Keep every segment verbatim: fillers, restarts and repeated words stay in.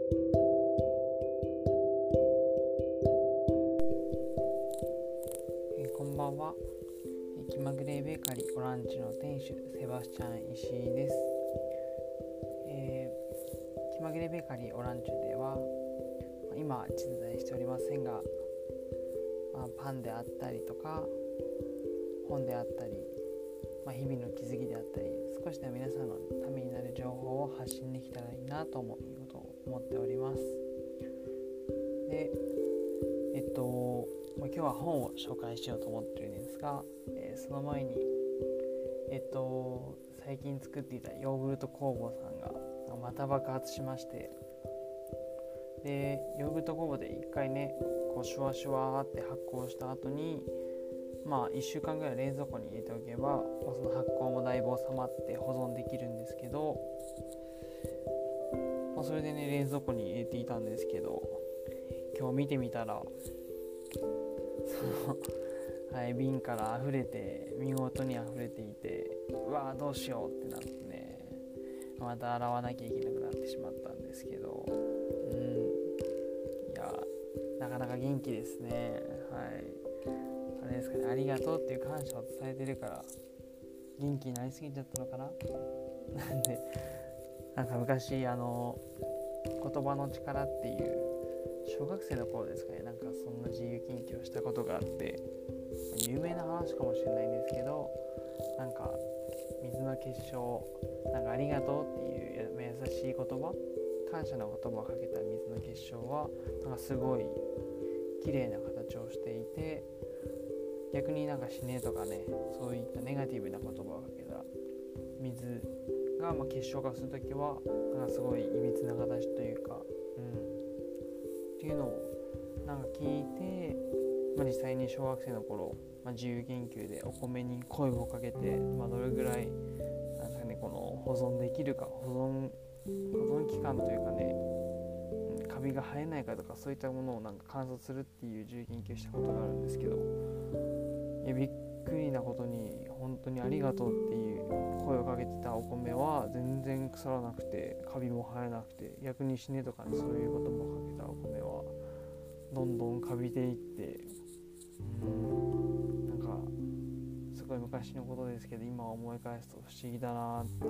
えー、こんばんは。えー、気まぐれベーカリーオランチの店主セバスチャン石井です。えー、気まぐれベーカリーオランチでは今実在しておりませんが、まあ、パンであったりとか本であったり、まあ、日々の気づきであったり、少しでも皆さんのためになる情報を発信できたらいいなと思うことを思っております。で、えっと、まあ、今日は本を紹介しようと思っているんですが、えー、その前に、えっと、最近作っていたヨーグルト工房さんがまた爆発しまして、でヨーグルト工房で一回ねこうシュワシュワって発酵した後にまあいっしゅうかんぐらい冷蔵庫に入れておけば、まあ、その発酵もだいぶ収まって保存できるんですけど、まあ、それでね冷蔵庫に入れていたんですけど、今日見てみたらその、はい、瓶から溢れて見事に溢れていて、うわーどうしようってなってね、また洗わなきゃいけなくなってしまったんですけど、うんいやなかなか元気ですね。はいあれですかね、ありがとうっていう感謝を伝えてるから元気になりすぎちゃったのかななんでなんか昔あの言葉の力っていう小学生の頃ですかね、なんかそんな自由研究をしたことがあって、有名な話かもしれないんですけど、なんか水の結晶、なんかありがとうっていう優しい言葉、感謝の言葉をかけた水の結晶はなんかすごい綺麗な形をしていて、逆になんか死ねとかね、そういったネガティブな言葉をかけた水がまあ結晶化するときはなんかすごいいびつな形というか、うん、っていうのをなんか聞いて、まあ、実際に小学生の頃、まあ、自由研究でお米に声をかけて、まあ、どれぐらいなんですかね、この保存できるか、保存保存期間というかね、うん、カビが生えないかとかそういったものをなんか観察するっていう自由研究したことがあるんですけど、いやびっくりなことに本当にありがとうっていう声をかけてたお米は全然腐らなくて、カビも生えなくて、逆に死ねとかね、そういうこともかけたお米はどんどんカビていって、うーんなんかすごい昔のことですけど今思い返すと不思議だなっていう、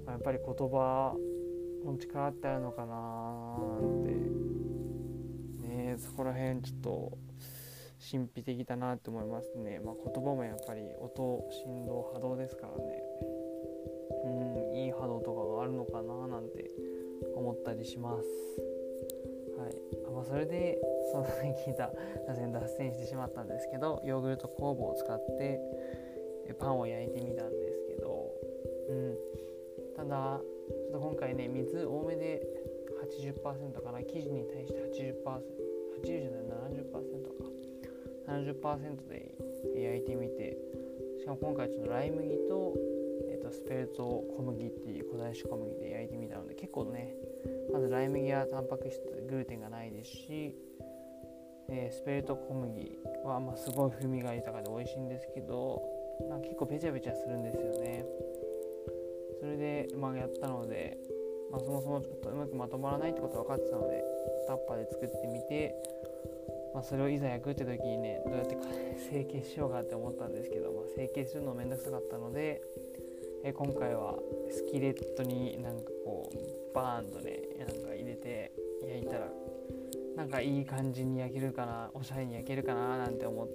やっぱり言葉の力ってあるのかななんてね、そこら辺ちょっと神秘的だなって思いますね。まあ、言葉もやっぱり音、振動、波動ですからね、うんいい波動とかがあるのかななんて思ったりします。はい、あまあ、それでその聞いた脱線してしまったんですけど、ヨーグルト工房を使ってパンを焼いてみたんですけど、うん、ただちょっと今回ね水多めで はちじゅっパーセント かな、生地に対して はちじゅっパーセント、はちじゅうじゃない ななじゅっパーセント か ななじゅっパーセント で焼いてみて、しかも今回ちょっとライ麦と、えー、とスペルト小麦っていう古代種小麦で焼いてみたので、結構ねまずライ麦はタンパク質グルテンがないですし、えー、スペルト小麦はまあすごい風味が豊かで美味しいんですけど、なんか結構べちゃべちゃするんですよね。それでまあやったので、まあ、そもそもちょっとうまくまとまらないってことは分かってたのでタッパーで作ってみて、まあ、それをいざ焼くって時にねどうやって成形しようかって思ったんですけど、まあ、成形するのめんどくさかったので、え今回はスキレットになんかこうバーンとねなんか入れて焼いたらなんかいい感じに焼けるかな、おしゃれに焼けるかななんて思って、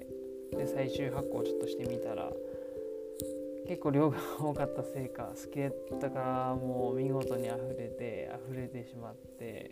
で最終発酵ちょっとしてみたら結構量が多かったせいかスキレットがもう見事に溢れて溢れてしまって、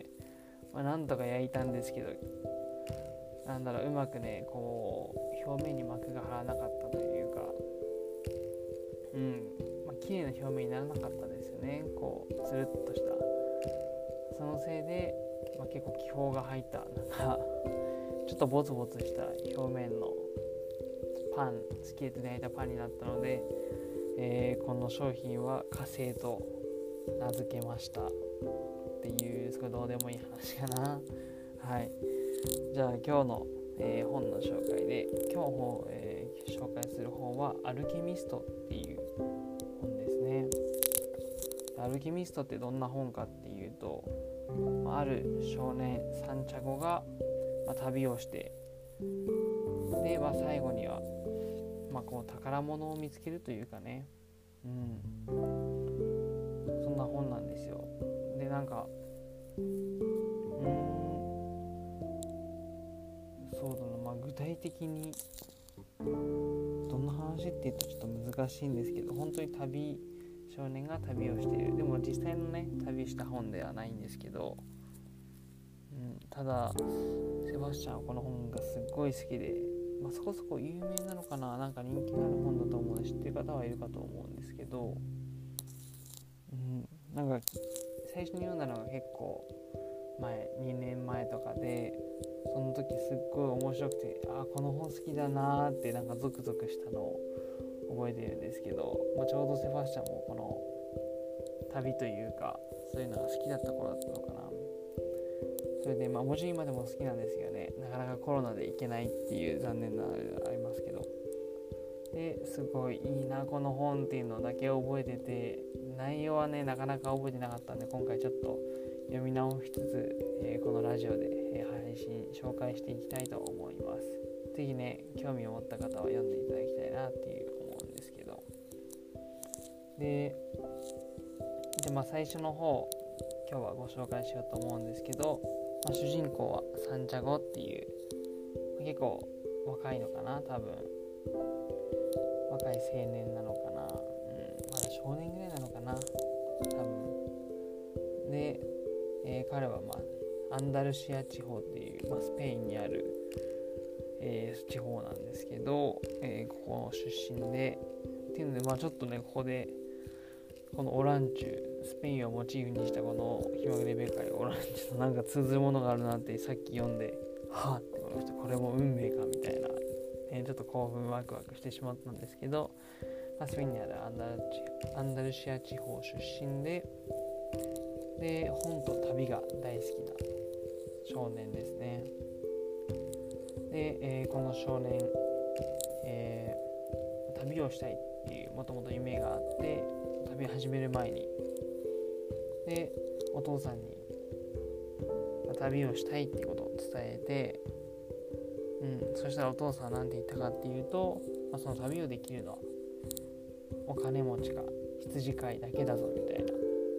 まあ、なんとか焼いたんですけど、なんだろううまくねこう表面に膜が張らなかったというか、うんまあ綺麗な表面にならなかったですよね。こうつるっとした、そのせいで、まあ、結構気泡が入ったなんかちょっとボツボツした表面のパン、スキレットで焼いたパンになったので、えー、この商品は火星と名付けましたっていう、すごいどうでもいい話かな。はい、じゃあ今日の、えー、本の紹介で、今日本、えー、紹介する本はアルケミストっていう本ですね。アアルケミストってどんな本かっていうと、ある少年サンチャゴが、まあ、旅をしてで、まあ、最後には、まあ、こう宝物を見つけるというかね、うん、そんな本なんですよ。でなんかうーんそうだな、まあ、具体的にどんな話って言うとちょっと難しいんですけど、本当に旅少年が旅をしている、でも実際のね旅した本ではないんですけど、うん、ただセバスチャンはこの本がすっごい好きで、まあ、そこそこ有名なのかな、なんか人気のある本だと思うので知ってる方はいるかと思うんですけど、うん、なんか最初に読んだのが結構前にねんまえとかで、その時すっごい面白くて、あこの本好きだなーってなんかゾクゾクしたのを覚えてるんですけど、まあ、ちょうどセバスチャンもこの旅というかそういうのが好きだった頃だったのかな。それでまあもちろん今でも好きなんですよね。なかなかコロナで行けないっていう残念なあれがありますけど、ですごいいいなこの本っていうのだけ覚えてて、内容はねなかなか覚えてなかったんで、今回ちょっと読み直しつつ、えー、このラジオで、えー、配信紹介していきたいと思います。ぜひね興味を持った方は読んでいただきたいなっていう思うんですけど、でで、まあ、最初の方今日はご紹介しようと思うんですけど、まあ、主人公はサンチャゴっていう、まあ、結構若いのかな、多分若い青年なのかな、うん、まだ少年ぐらいなのかな多分で、えー、彼は、まあ、アンダルシア地方っていう、まあ、スペインにある、えー、地方なんですけど、えー、ここの出身でっていうので、まあ、ちょっとねここでこのオランチュ、スペインをモチーフにしたこの気まぐれ別海オランチュとなんか通ずるものがあるなってさっき読んで、はぁって思いました。これも運命かみたいな、ね、ちょっと興奮ワクワクしてしまったんですけど、まあ、スペインにあるアンダルチアンダルシア地方出身で、で本と旅が大好きな少年ですね。で、えー、この少年、えー、旅をしたいっていうもともと夢があって、旅を始める前にでお父さんに、まあ、旅をしたいっていうことを伝えて、うん、そしたらお父さんは何て言ったかっていうと、まあ、その旅をできるのはお金持ちか羊飼いだけだぞみたいな。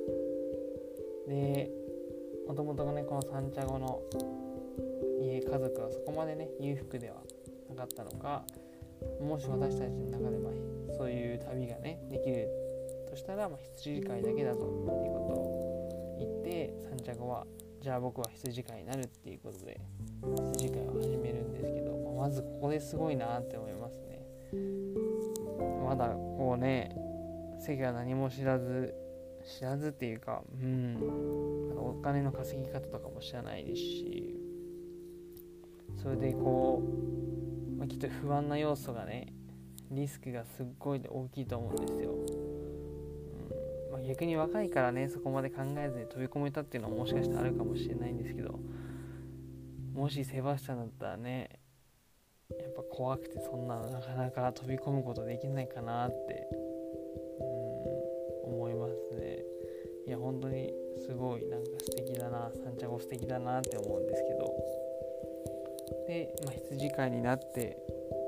でもともとねこのサンチャゴの家家族はそこまでね裕福ではなかったのか、もし私たちの中で、まあ、そういう旅がねできるとしたら、まあ、羊飼いだけだぞっていうことを言って、サンチャゴはじゃあ僕は羊飼いになるっていうことで羊飼いを始めるんですけど、まあ、まずここですごいなって思いますね。まだこうね世界は何も知らず知らずっていうか、うん、お金の稼ぎ方とかも知らないですし、それでこう、まあ、きっと不安な要素がねリスクがすっごい大きいと思うんですよ。うんまあ、逆に若いからねそこまで考えずに飛び込めたっていうのはもしかしたらあるかもしれないんですけど、もしセバスチャンだったらねやっぱ怖くてそんなのなかなか飛び込むことできないかなってうん思いますね。いや本当にすごいなんか素敵だな、サンチャゴ素敵だなって思うんですけど、で、まあ、羊飼いになって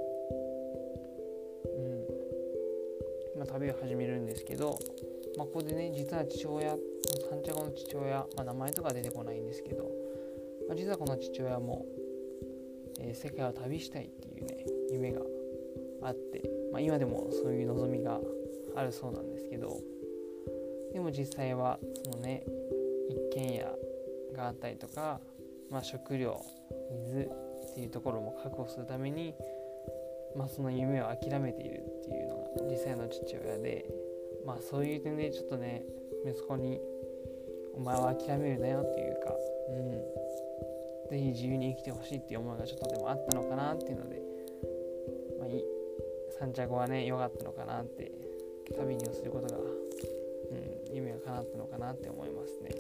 うんまあ、旅を始めるんですけど、まあ、ここでね実は父親サンチャゴの父親、まあ、名前とか出てこないんですけど、まあ、実はこの父親も、えー、世界を旅したいっていうね夢があって、まあ、今でもそういう望みがあるそうなんですけど、でも実際はそのね一軒家があったりとか、まあ、食料水っていうところも確保するために、まあ、その夢を諦めているっていうのが実際の父親で、まあそういう点でちょっとね息子にお前は諦めるなよっていうか、うん、ぜひ自由に生きてほしいっていう思いがちょっとでもあったのかなっていうので、まあ、いサンチャゴはね良かったのかなって、旅にをすることが、うん、夢が叶ったのかなって思いますね。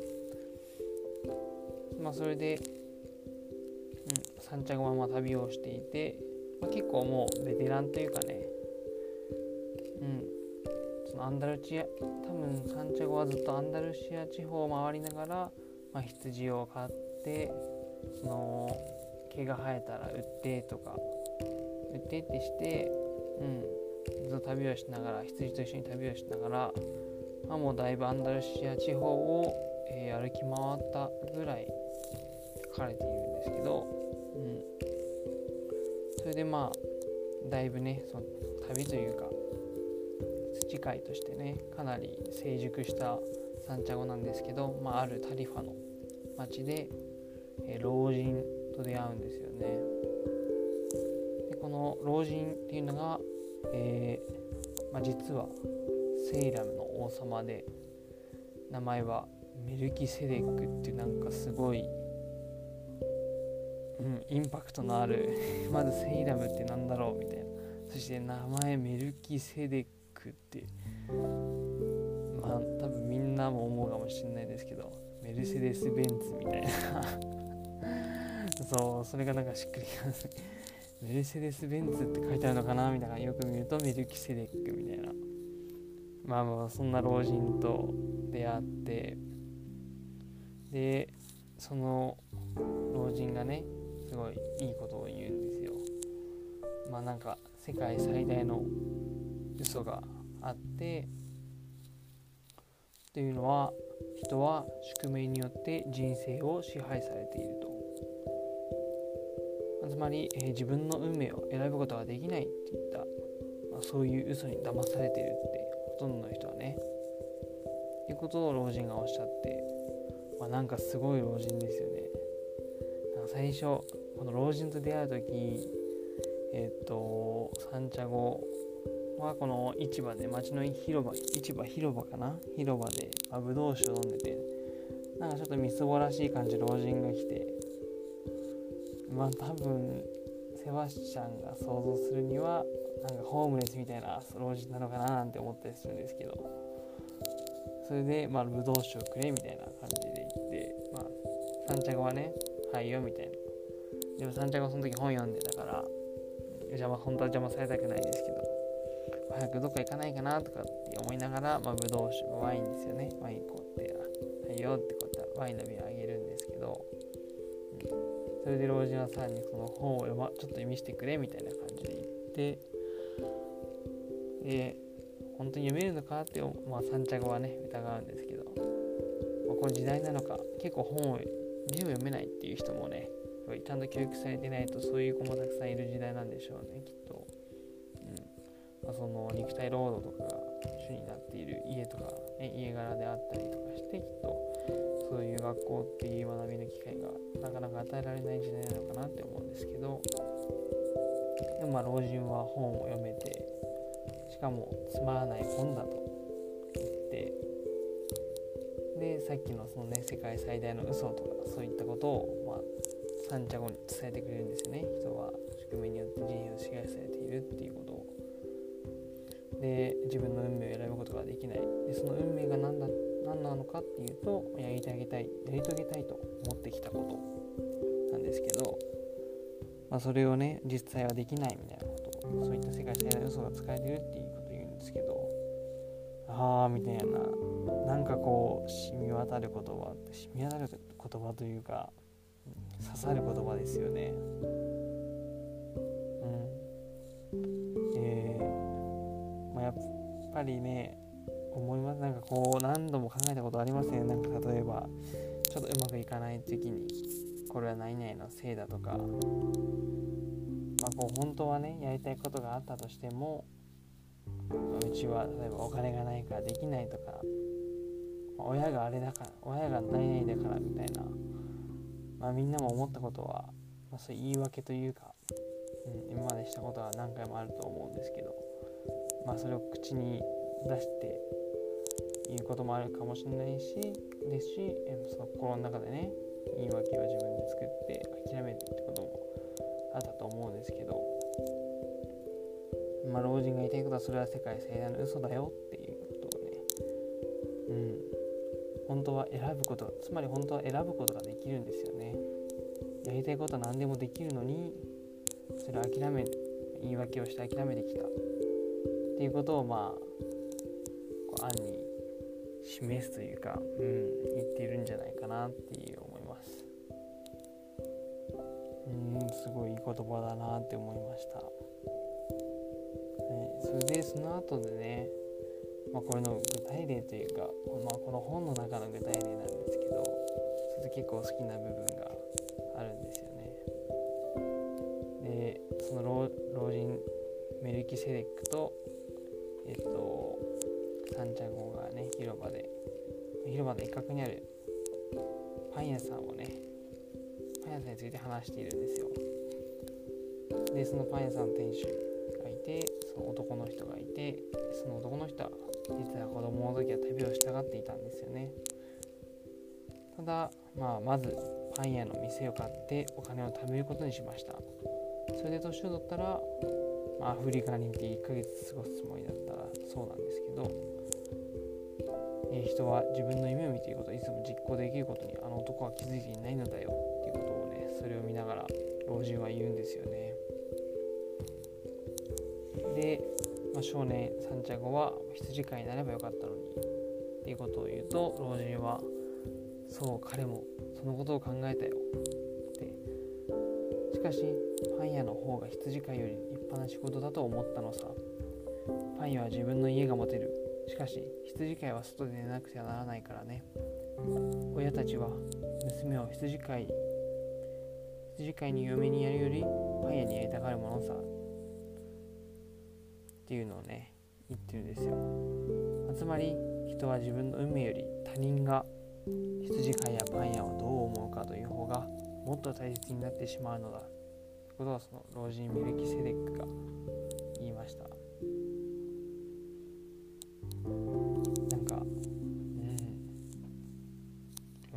まあそれで、うん、サンチャゴはまあ旅をしていて、まあ、結構もうベテランというかね、うん、そそのアンダルシア多分サンチャゴはずっとアンダルシア地方を回りながら、まあ、羊を飼ってその毛が生えたら売ってとか売ってってして、うん、ずっと旅をしながら羊と一緒に旅をしながら、まあ、もうだいぶアンダルシア地方を、えー、歩き回ったぐらい書かれているんですけど、うん、それでまあだいぶねその旅というか土会としてねかなり成熟したサンチャゴなんですけど、まあ、あるタリファの町で、えー、老人と出会うんですよね。でこの老人っていうのが、えーまあ、実はセイラムの王様で、名前はメルキセデックっていうなんかすごい、うん、インパクトのあるまずセイラムってなんだろうみたいな、そして名前メルキセデックってまあ多分みんなも思うかもしれないですけど、メルセデス・ベンツみたいなそう、それがなんかしっくりきます。メルセデス・ベンツって書いてあるのかなみたいな、よく見るとメルキセデックみたいな、まあまあそんな老人と出会って、でその老人がねすごいいいことを言うんですよ。まあなんか世界最大の嘘があって、というのは人は宿命によって人生を支配されていると。つまり、えー、自分の運命を選ぶことができないっていった、まあ、そういう嘘に騙されているってほとんどの人はねいうことを老人がおっしゃって、まあ、なんかすごい老人ですよね。なんか最初この老人と出会う時、えっとサンチャゴはこの市場で町の広場市場広場かな広場で、まあ、ブドウ酒を飲んでて、なんかちょっとみすぼらしい感じで老人が来て、まあ多分セバスチャンが想像するにはなんかホームレスみたいな老人なのかななんて思ったりするんですけど、それでまあブドウ酒をくれみたいな感じで言って、まあサンチャゴはねはいよみたいな、でもサンチャゴはその時本読んでたから邪魔本当は邪魔されたくないんですけど、早くどっか行かないかなとかって思いながら、まあ、ブドウ酒ワインですよね、ワインこうやってはいよってこうやってワインの瓶あげるんですけど、うん、それで老人はさらにその本を読、ま、ちょっと読みしてくれみたいな感じで言って、で本当に読めるのかって、まあ、サンチャゴはね疑うんですけど、まあ、この時代なのか結構本を字を読めないっていう人もねちゃんと教育されてないとそういう子もたくさんいる時代なんでしょうねきっと、うんまあ、その肉体労働とかが主になっている家とか、ね、家柄であったりとかしてきっとそういう学校っていう学びの機会がなかなか与えられない時代なのかなって思うんですけど、でもまあ老人は本を読めて、しかもつまらない本だと言って、でさっきのそのね世界最大の嘘とかそういったことを、まあ、サンチャゴに伝えてくれるんですよね。人は宿命によって人生を支配されているっていうことを、で自分の運命を選ぶことができない、でその運命が何だ何なのかっていうと、やりてあげたいやり遂げたいと思ってきたことなんですけど、まあ、それをね実際はできないみたいなことを、そういった世界最大の嘘が使えてるっていうことを言うんですけど、あーみたいな、なんかこう染み渡る言葉染み渡る言葉というか刺さる言葉ですよね。うんえーまあ、やっぱりね思います。なんかこう何度も考えたことありますね。なんか例えばちょっとうまくいかない時にこれは何々のせいだとか、まあこう本当はねやりたいことがあったとしても、うちは例えばお金がないからできないとか、親があれだから親が何々だからみたいな、まあ、みんなも思ったことは、まあ、そういう言い訳というか、うん、今までしたことは何回もあると思うんですけど、まあそれを口に出して言うこともあるかもしれないしですし、その心の中でね言い訳を自分で作って諦めるってこともあったと思うんですけど、まあ老人が言いたいことはそれは世界最大の嘘だよっていうことをね、うん本当は選ぶこと、つまり本当は選ぶことができるんですよね。やりたいことは何でもできるのに、それを諦め言い訳をして諦めてきたっていうことを、まあう案に示すというか、うん、言っているんじゃないかなっていう思います。うん、すごいいい言葉だなって思いました。ね、それでその後でね、まあ、これの具体例というか、まあ、この本の中の具体例なんですけど、それで結構好きな部分があるんですよね。で、その 老, 老人メルキセデックとえっとサンチャゴがね、広場で広場の一角にあるパン屋さんをねパン屋さんについて話しているんですよ。で、そのパン屋さんの店主がいて、その男の人がいて、その男の人は実は子供の時は旅をしたがっていたんですよね。ただ、まあ、まずパン屋の店を買ってお金を貯めることにしました。それで年を取ったら、まあ、アフリカに行っていっかげつ過ごすつもりだったらそうなんですけど、えー、人は自分の夢を見ていることをいつも実行できることにあの男は気づいていないのだよっていうことをね、それを見ながら老人は言うんですよね。で、まあ、少年サンチャゴは羊飼いになればよかったのにっていうことを言うと、老人はそう彼もそのことを考えたよって、しかしパン屋の方が羊飼いより立派な仕事だと思ったのさ。パン屋は自分の家が持てる。しかし羊飼いは外で寝なくてはならないからね。親たちは娘を羊飼い羊飼いに嫁にやるよりパン屋にやりたがるものさっていうのをね言ってるんですよ。つまり人は自分の運命より他人が羊飼いやパン屋をどう思うかという方がもっと大切になってしまうのだということは、その老人メルキセデックが言いました。なんか、うん、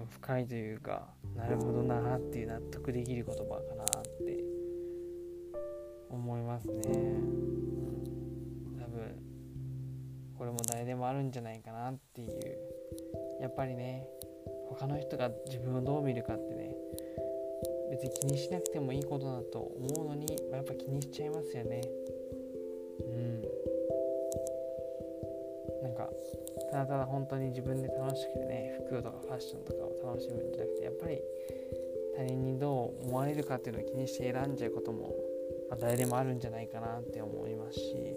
深いというか、なるほどなっていう納得できる言葉かなって思いますね。うん、多分これも誰でもあるんじゃないかなっていう。やっぱりね、他の人が自分をどう見るかってね、別に気にしなくてもいいことだと思うのに、まあ、やっぱ気にしちゃいますよね。うん。なんかただただ本当に自分で楽しくてね、服とかファッションとかを楽しむんじゃなくて、やっぱり他人にどう思われるかっていうのを気にして選んじゃうことも、まあ、誰でもあるんじゃないかなって思いますし、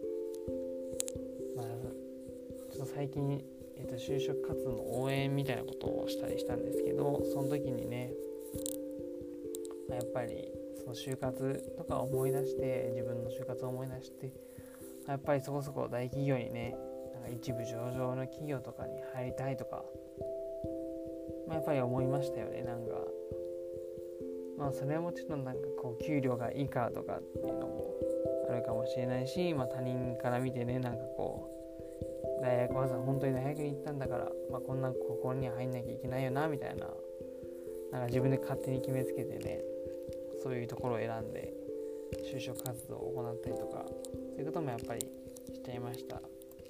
まあちょっと最近えー、と就職活動の応援みたいなことをしたりしたんですけど、その時にね、やっぱりその就活とか思い出して、自分の就活を思い出して、やっぱりそこそこ大企業にね、なんか一部上場の企業とかに入りたいとか、まあ、やっぱり思いましたよね。なんかまあそれはもちろんなんかこう給料がいいからとかっていうのもあるかもしれないし、まあ他人から見てね、なんかこう大学わざわざ本当に大学に行ったんだから、まあ、こんなここに入んなきゃいけないよなみたいな、なんか自分で勝手に決めつけてね、そういうところを選んで就職活動を行ったりとか、そういうこともやっぱりしちゃいました。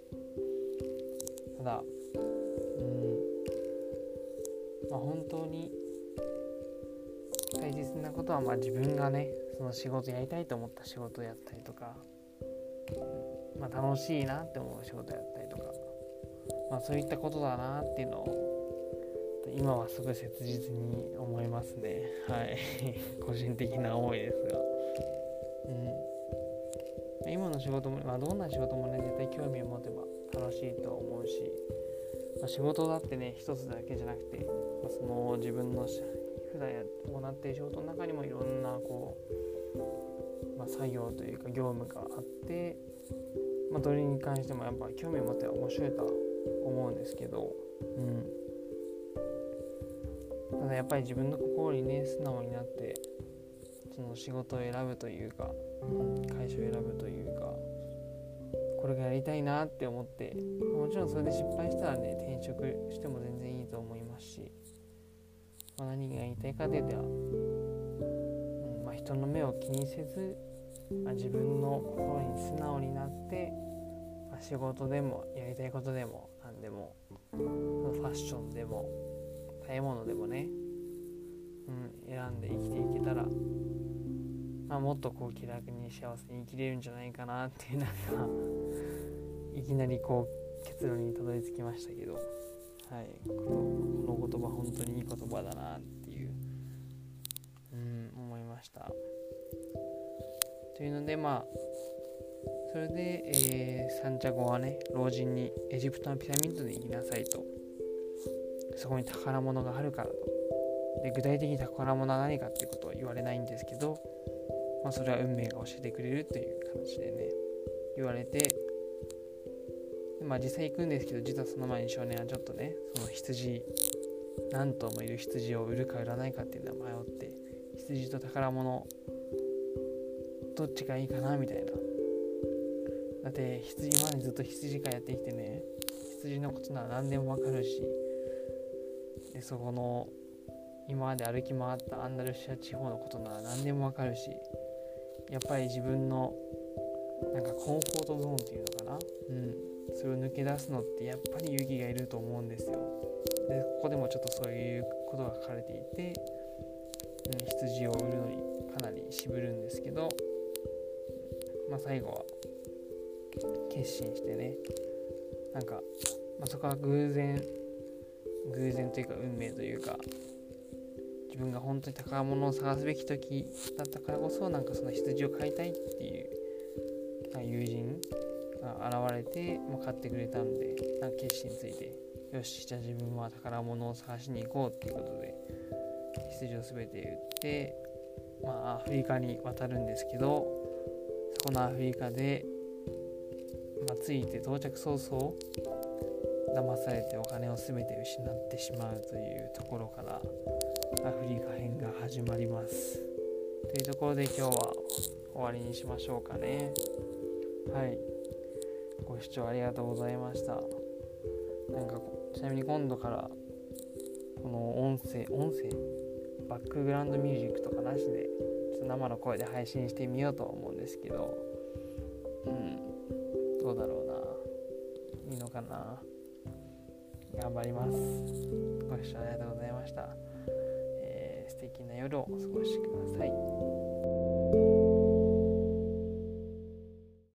ただ、うん、まあ本当に大切なことは、まあ自分がね、その仕事やりたいと思った仕事をやったりとか、まあ、楽しいなって思う仕事やったりとか、まあ、そういったことだなっていうのを今はすごい切実に思いますね。はい個人的な思いですが、うん、今の仕事も、まあ、どんな仕事もね、絶対興味を持てば楽しいと思うし、まあ、仕事だってね一つだけじゃなくて、まあ、その自分の普段行っている仕事の中にもいろんなこう、まあ、作業というか業務があって、まあ、どれに関してもやっぱ興味を持っては面白いとは思うんですけど、うん、ただやっぱり自分の心にね素直になってその仕事を選ぶというか、うん、会社を選ぶというか、これがやりたいなって思って、もちろんそれで失敗したらね転職しても全然いいと思いますし、まあ、何が言いたいかというと、うんまあ、人の目を気にせず、まあ、自分の心に素直になって、まあ、仕事でもやりたいことでも何でも、ファッションでも食べ物でもね、うん、選んで生きていけたら、まあ、もっとこう気楽に幸せに生きれるんじゃないかなっていう、なんかいきなりこ結論にたどり着きましたけど、はい、この、この言葉本当にいい言葉だなっていう、うん、思いました。というのでまあそれで、えー、サンチャゴはね、老人にエジプトのピラミッドに行きなさいと、そこに宝物があるからと。で、具体的に宝物は何かっていうことは言われないんですけど、まあ、それは運命が教えてくれるという形でね言われて、でまあ実際行くんですけど、実はその前に少年はちょっとね、その羊、何頭もいる羊を売るか売らないかっていうのは迷って、羊と宝物どっちがいいかなみたいな。だって羊、今までずっと羊飼いやってきてね、羊のことなら何でもわかるし、でそこの今まで歩き回ったアンダルシア地方のことなら何でもわかるし、やっぱり自分のなんかコンフォートゾーンっていうのかな、うん、それを抜け出すのってやっぱり勇気がいると思うんですよ。でここでもちょっとそういうことが書かれていて、うん、羊を売るのにかなり渋るんですけど、まあ最後は決心してね、なんか、まあ、そこは偶然偶然というか運命というか、自分が本当に宝物を探すべき時だったからこそ、なんかその羊を飼いたいっていう友人が現れて、まあ、買ってくれたので、なんか決心ついて、よしじゃあ自分は宝物を探しに行こうっていうことで羊を全て売って、まあ、アフリカに渡るんですけど、そこのアフリカで、まあ、着いて到着早々騙されてお金を全て失ってしまうというところからアフリカ編が始まります。というところで今日は終わりにしましょうかね。はい、ご視聴ありがとうございました。なんかちなみに今度からこの音声音声バックグラウンドミュージックとかなしでちょっと生の声で配信してみようと思うんですけど、うんどうだろうな、いいのかな。頑張ります。ご視聴ありがとうございました。えー、素敵な夜をお過ごしください。